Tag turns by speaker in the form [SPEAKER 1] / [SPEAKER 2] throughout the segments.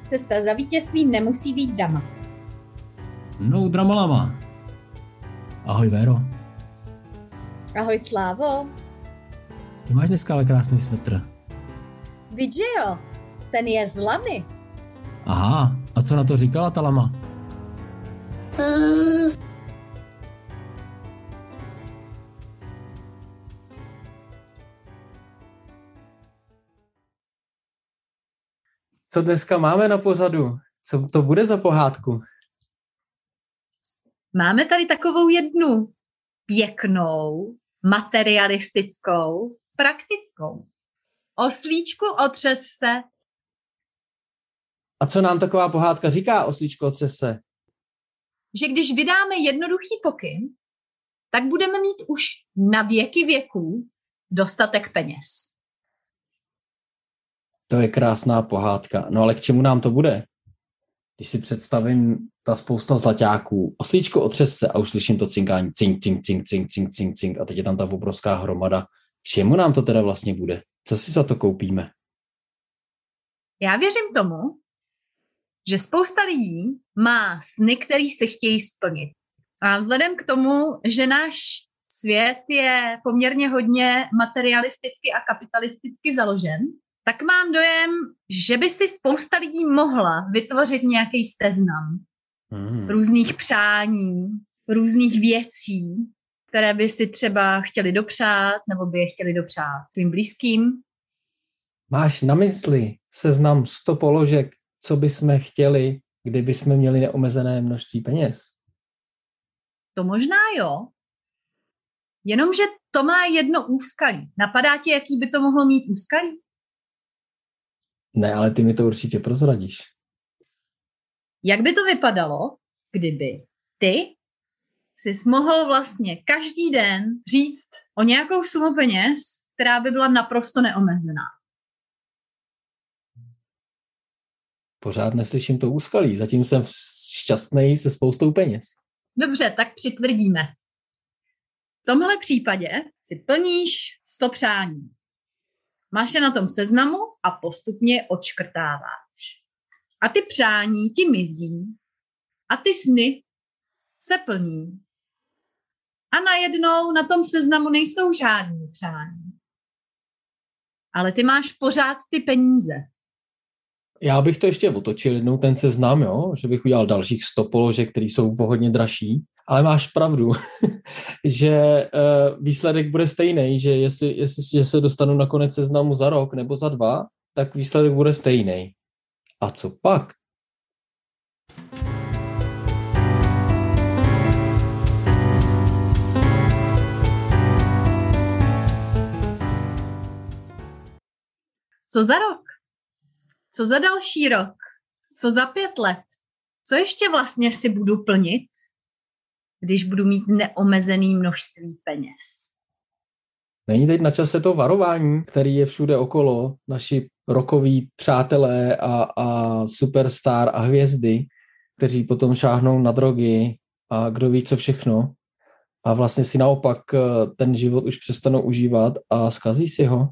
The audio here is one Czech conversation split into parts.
[SPEAKER 1] cesta za vítězstvím nemusí být drama.
[SPEAKER 2] No dramalama. Ahoj Véro.
[SPEAKER 1] Ahoj Slávo.
[SPEAKER 2] Ty máš dneska ale krásný svetr.
[SPEAKER 1] Vidíš jo, ten je z lamy.
[SPEAKER 2] Aha, a co na to říkala ta lama?
[SPEAKER 3] Co dneska máme na pořadu? Co to bude za pohádku?
[SPEAKER 1] Máme tady takovou jednu pěknou, materialistickou, praktickou. Oslíčku otřes se.
[SPEAKER 3] A co nám taková pohádka říká, Oslíčko otřes se?
[SPEAKER 1] Že když vydáme jednoduchý pokyn, tak budeme mít už na věky věků dostatek peněz.
[SPEAKER 3] To je krásná pohádka. No ale k čemu nám to bude? Když si představím ta spousta zlaťáků, Oslíčko otřes se a už slyším to cinkání, cink, cink, cink, cink, cink, cink, cink a teď je tam ta obrovská hromada. K čemu nám to teda vlastně bude? Co si za to koupíme?
[SPEAKER 1] Já věřím tomu, že spousta lidí má sny, který se chtějí splnit. A vzhledem k tomu, že náš svět je poměrně hodně materialisticky a kapitalisticky založen, tak mám dojem, že by si spousta lidí mohla vytvořit nějaký seznam různých přání, různých věcí, které by si třeba chtěli dopřát, nebo by je chtěli dopřát svým blízkým.
[SPEAKER 3] Máš na mysli seznam 100 položek, co bychom chtěli, kdyby jsme měli neomezené množství peněz?
[SPEAKER 1] To možná jo, jenomže to má jedno úskalí. Napadá ti, jaký by to mohlo mít úskalí?
[SPEAKER 3] Ne, ale ty mi to určitě prozradíš.
[SPEAKER 1] Jak by to vypadalo, kdyby ty jsi mohl vlastně každý den říct o nějakou sumu peněz, která by byla naprosto neomezená?
[SPEAKER 3] Pořád neslyším to úskalí. Zatím jsem šťastný se spoustou peněz.
[SPEAKER 1] Dobře, tak přitvrdíme. V tomhle případě si plníš 100 přání. Máš je na tom seznamu a postupně je odškrtáváš. A ty přání ti mizí a ty sny se plní. A najednou na tom seznamu nejsou žádný přání. Ale ty máš pořád ty peníze.
[SPEAKER 3] Já bych to ještě otočil jednou ten seznam, jo? Že bych udělal dalších 100 položek, které jsou o hodně dražší. Ale máš pravdu, že výsledek bude stejný, že jestli se dostanu na konec seznamu za rok nebo za 2, tak výsledek bude stejný. A co pak?
[SPEAKER 1] Co za rok? Co za další rok? Co za 5 let? Co ještě vlastně si budu plnit, když budu mít neomezené množství peněz?
[SPEAKER 3] Není teď na čase to varování, který je všude okolo, naši rockoví přátelé a superstar a hvězdy, kteří potom šáhnou na drogy a kdo ví co všechno a vlastně si naopak ten život už přestanou užívat a zkazí si ho?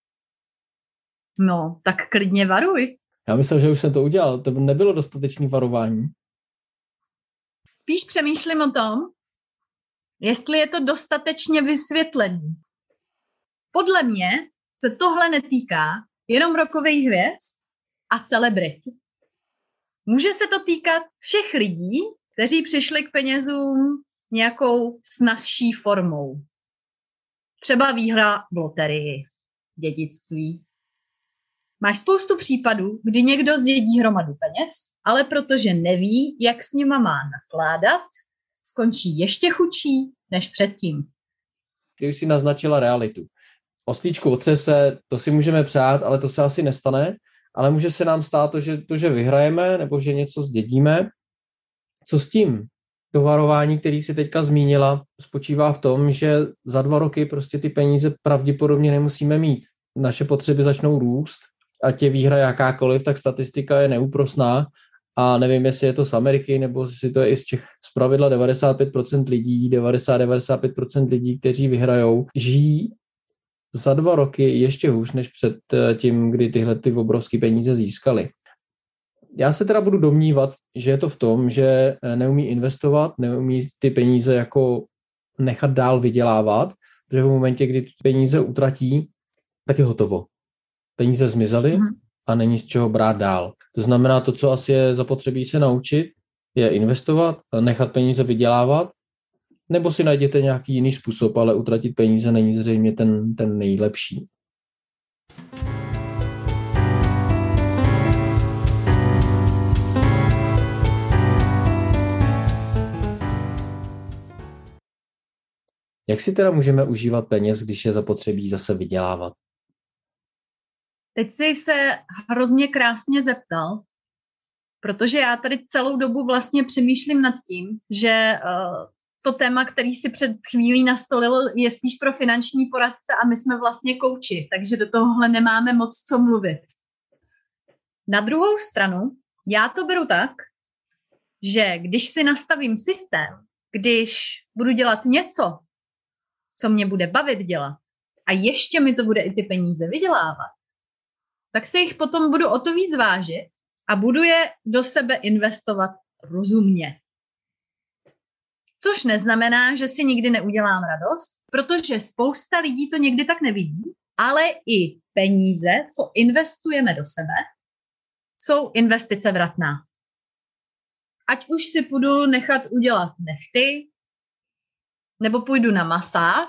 [SPEAKER 1] No, tak klidně varuj.
[SPEAKER 3] Já myslím, že už jsem to udělal, to nebylo dostatečné varování.
[SPEAKER 1] Spíš přemýšlím o tom, jestli je to dostatečně vysvětlený. Podle mě se tohle netýká jenom rockových hvězd a celebrit. Může se to týkat všech lidí, kteří přišli k penězům nějakou snazší formou. Třeba výhra v loterii, dědictví. Máš spoustu případů, kdy někdo zdědí hromadu peněz, ale protože neví, jak s nima má nakládat, skončí ještě chudší než předtím.
[SPEAKER 3] Ty už si naznačila realitu. Oslíčku otřes se, to si můžeme přát, ale to se asi nestane, ale může se nám stát to, že vyhrajeme nebo že něco zdědíme. Co s tím? To varování, který si teďka zmínila, spočívá v tom, že za 2 roky prostě ty peníze pravděpodobně nemusíme mít. Naše potřeby začnou růst, ať je výhra jakákoliv, tak statistika je neúprosná a nevím, jestli je to z Ameriky, nebo jestli to je i z Čech. Zpravidla 95% lidí, 90-95% lidí, kteří vyhrajou, žijí za 2 roky ještě hůř, než před tím, kdy tyhle ty obrovské peníze získali. Já se teda budu domnívat, že je to v tom, že neumí investovat, neumí ty peníze jako nechat dál vydělávat, protože v momentě, kdy ty peníze utratí, tak je hotovo. Peníze zmizely a není z čeho brát dál. To znamená, to, co asi je zapotřebí se naučit, je investovat, nechat peníze vydělávat, nebo si najděte nějaký jiný způsob, ale utratit peníze není zřejmě ten nejlepší. Jak si teda můžeme užívat peněz, když je zapotřebí zase vydělávat?
[SPEAKER 1] Teď jsi se hrozně krásně zeptal, protože já tady celou dobu vlastně přemýšlím nad tím, že to téma, který si před chvílí nastolil, je spíš pro finanční poradce a my jsme vlastně kouči, takže do tohohle nemáme moc co mluvit. Na druhou stranu, já to beru tak, že když si nastavím systém, když budu dělat něco, co mě bude bavit dělat a ještě mi to bude i ty peníze vydělávat, tak si jich potom budu o to víc vážit a budu je do sebe investovat rozumně. Což neznamená, že si nikdy neudělám radost, protože spousta lidí to někdy tak nevidí, ale i peníze, co investujeme do sebe, jsou investice vratná. Ať už si půjdu nechat udělat nehty, nebo půjdu na masáž,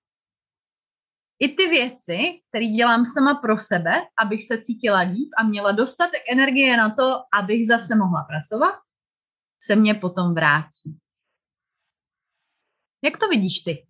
[SPEAKER 1] i ty věci, které dělám sama pro sebe, abych se cítila líp a měla dostatek energie na to, abych zase mohla pracovat, se mně potom vrátí. Jak to vidíš ty?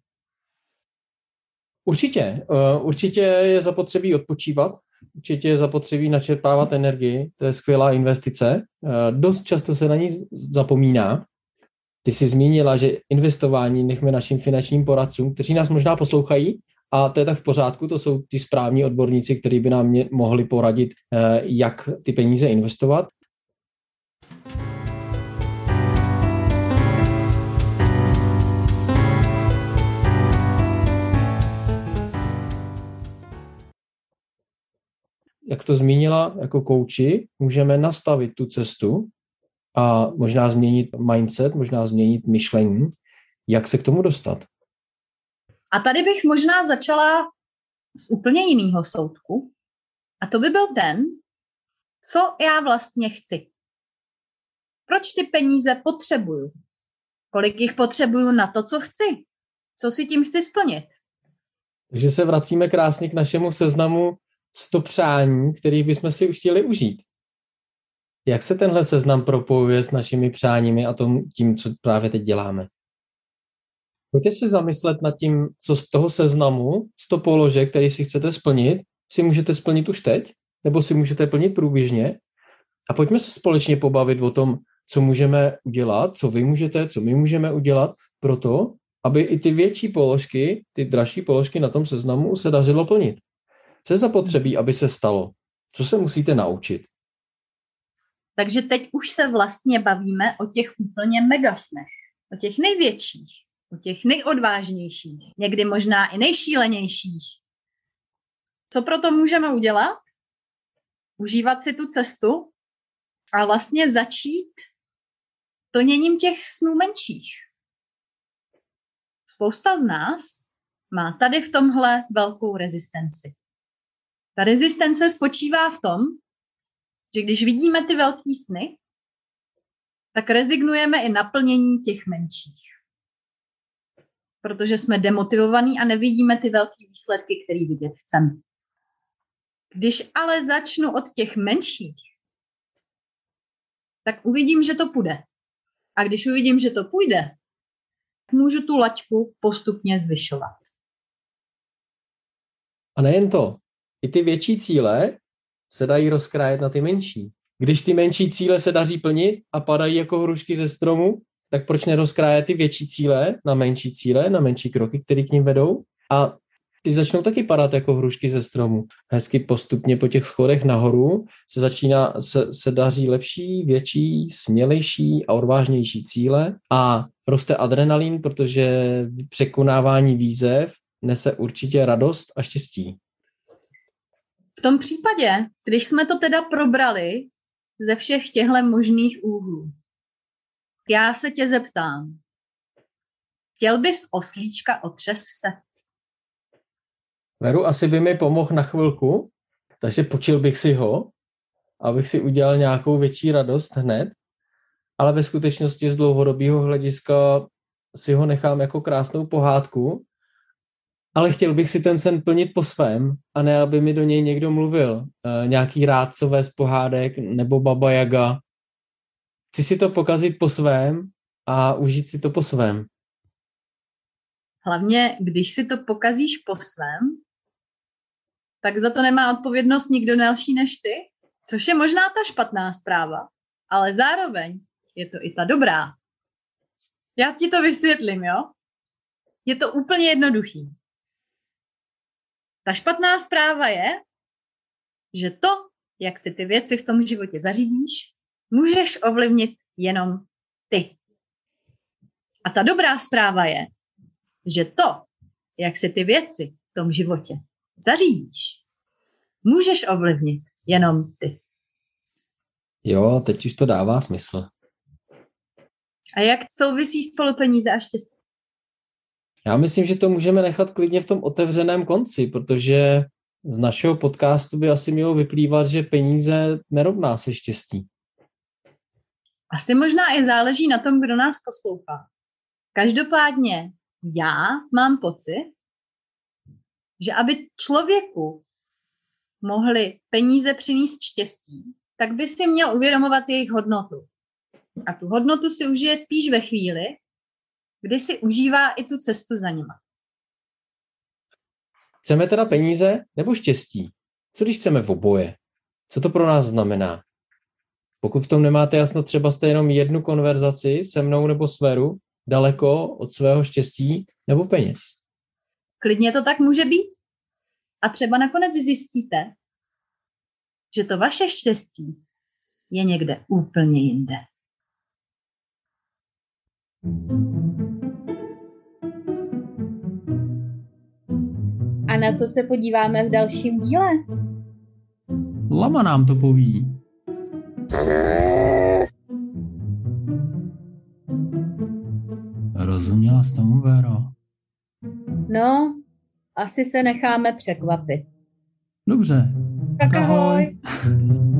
[SPEAKER 3] Určitě je zapotřebí odpočívat, určitě je zapotřebí načerpávat energii, to je skvělá investice. Dost často se na ní zapomíná. Ty jsi zmínila, že investování nechme našim finančním poradcům, kteří nás možná poslouchají, a to je tak v pořádku, to jsou ty správní odborníci, kteří by nám mohli poradit, jak ty peníze investovat. Jak to zmínila, jako kouči můžeme nastavit tu cestu a možná změnit mindset, možná změnit myšlení, jak se k tomu dostat.
[SPEAKER 1] A tady bych možná začala z úplně jiného soudku. A to by byl ten, co já vlastně chci. Proč ty peníze potřebuju? Kolik jich potřebuju na to, co chci? Co si tím chci splnit?
[SPEAKER 3] Takže se vracíme krásně k našemu seznamu 100 přání, kterých bychom si už chtěli užít. Jak se tenhle seznam propojuje s našimi přáními a tím, co právě teď děláme? Pojďte si zamyslet nad tím, co z toho seznamu, 100 položek, který si chcete splnit, si můžete splnit už teď, nebo si můžete plnit průběžně. A pojďme se společně pobavit o tom, co můžeme udělat, co vy můžete, co my můžeme udělat pro to, aby i ty větší položky, ty dražší položky na tom seznamu se dařilo plnit. Co je zapotřebí, aby se stalo? Co se musíte naučit?
[SPEAKER 1] Takže teď už se vlastně bavíme o těch úplně megasnech, o těch největších, o těch nejodvážnějších, někdy možná i nejšílenějších. Co pro to můžeme udělat? Užívat si tu cestu a vlastně začít plněním těch snů menších. Spousta z nás má tady v tomhle velkou rezistenci. Ta rezistence spočívá v tom, že když vidíme ty velký sny, tak rezignujeme i na plnění těch menších. Protože jsme demotivovaní a nevidíme ty velké výsledky, které vidět chceme. Když ale začnu od těch menších, tak uvidím, že to půjde. A když uvidím, že to půjde, můžu tu laťku postupně zvyšovat.
[SPEAKER 3] A nejen to, i ty větší cíle se dají rozkrájet na ty menší. Když ty menší cíle se daří plnit a padají jako hrušky ze stromu, tak proč nerozkrájet ty větší cíle, na menší kroky, které k nim vedou? A ty začnou taky padat jako hrušky ze stromu. Hezky postupně po těch schodech nahoru se daří lepší, větší, smělejší a odvážnější cíle a roste adrenalin, protože překonávání výzev nese určitě radost a štěstí.
[SPEAKER 1] V tom případě, když jsme to teda probrali ze všech těchto možných úhlů. Já se tě zeptám. Chtěl bys oslíčka otřes se?
[SPEAKER 3] Veru, asi by mi pomohl na chvilku, takže počil bych si ho, abych si udělal nějakou větší radost hned, ale ve skutečnosti z dlouhodobého hlediska si ho nechám jako krásnou pohádku, ale chtěl bych si ten sen plnit po svém a ne, aby mi do něj někdo mluvil. Nějaký rádcové z pohádek nebo Baba Jaga. Chci si to pokazit po svém a užít si to po svém.
[SPEAKER 1] Hlavně, když si to pokazíš po svém, tak za to nemá odpovědnost nikdo další než ty, což je možná ta špatná zpráva, ale zároveň je to i ta dobrá. Já ti to vysvětlím, jo? Je to úplně jednoduchý. Ta špatná zpráva je, že to, jak si ty věci v tom životě zařídíš, můžeš ovlivnit jenom ty. A ta dobrá zpráva je, že to, jak si ty věci v tom životě zařídíš, můžeš ovlivnit jenom ty.
[SPEAKER 3] Jo, teď už to dává smysl.
[SPEAKER 1] A jak souvisí spolu peníze a štěstí?
[SPEAKER 3] Já myslím, že to můžeme nechat klidně v tom otevřeném konci, protože z našeho podcastu by asi mělo vyplývat, že peníze nerovná se štěstí.
[SPEAKER 1] Asi možná i záleží na tom, kdo nás poslouchá. Každopádně já mám pocit, že aby člověku mohly peníze přinést štěstí, tak by si měl uvědomovat jejich hodnotu. A tu hodnotu si užije spíš ve chvíli, kdy si užívá i tu cestu za nima.
[SPEAKER 3] Chceme teda peníze nebo štěstí? Co když chceme v oboje? Co to pro nás znamená? Pokud v tom nemáte jasno, třeba jste jenom jednu konverzaci se mnou nebo s Veru, daleko od svého štěstí nebo peněz.
[SPEAKER 1] Klidně to tak může být. A třeba nakonec zjistíte, že to vaše štěstí je někde úplně jinde. A na co se podíváme v dalším díle?
[SPEAKER 2] Lama nám to poví. Rozuměla jsi tomu, Véro?
[SPEAKER 1] No, asi se necháme překvapit.
[SPEAKER 2] Dobře.
[SPEAKER 1] Tak ahoj.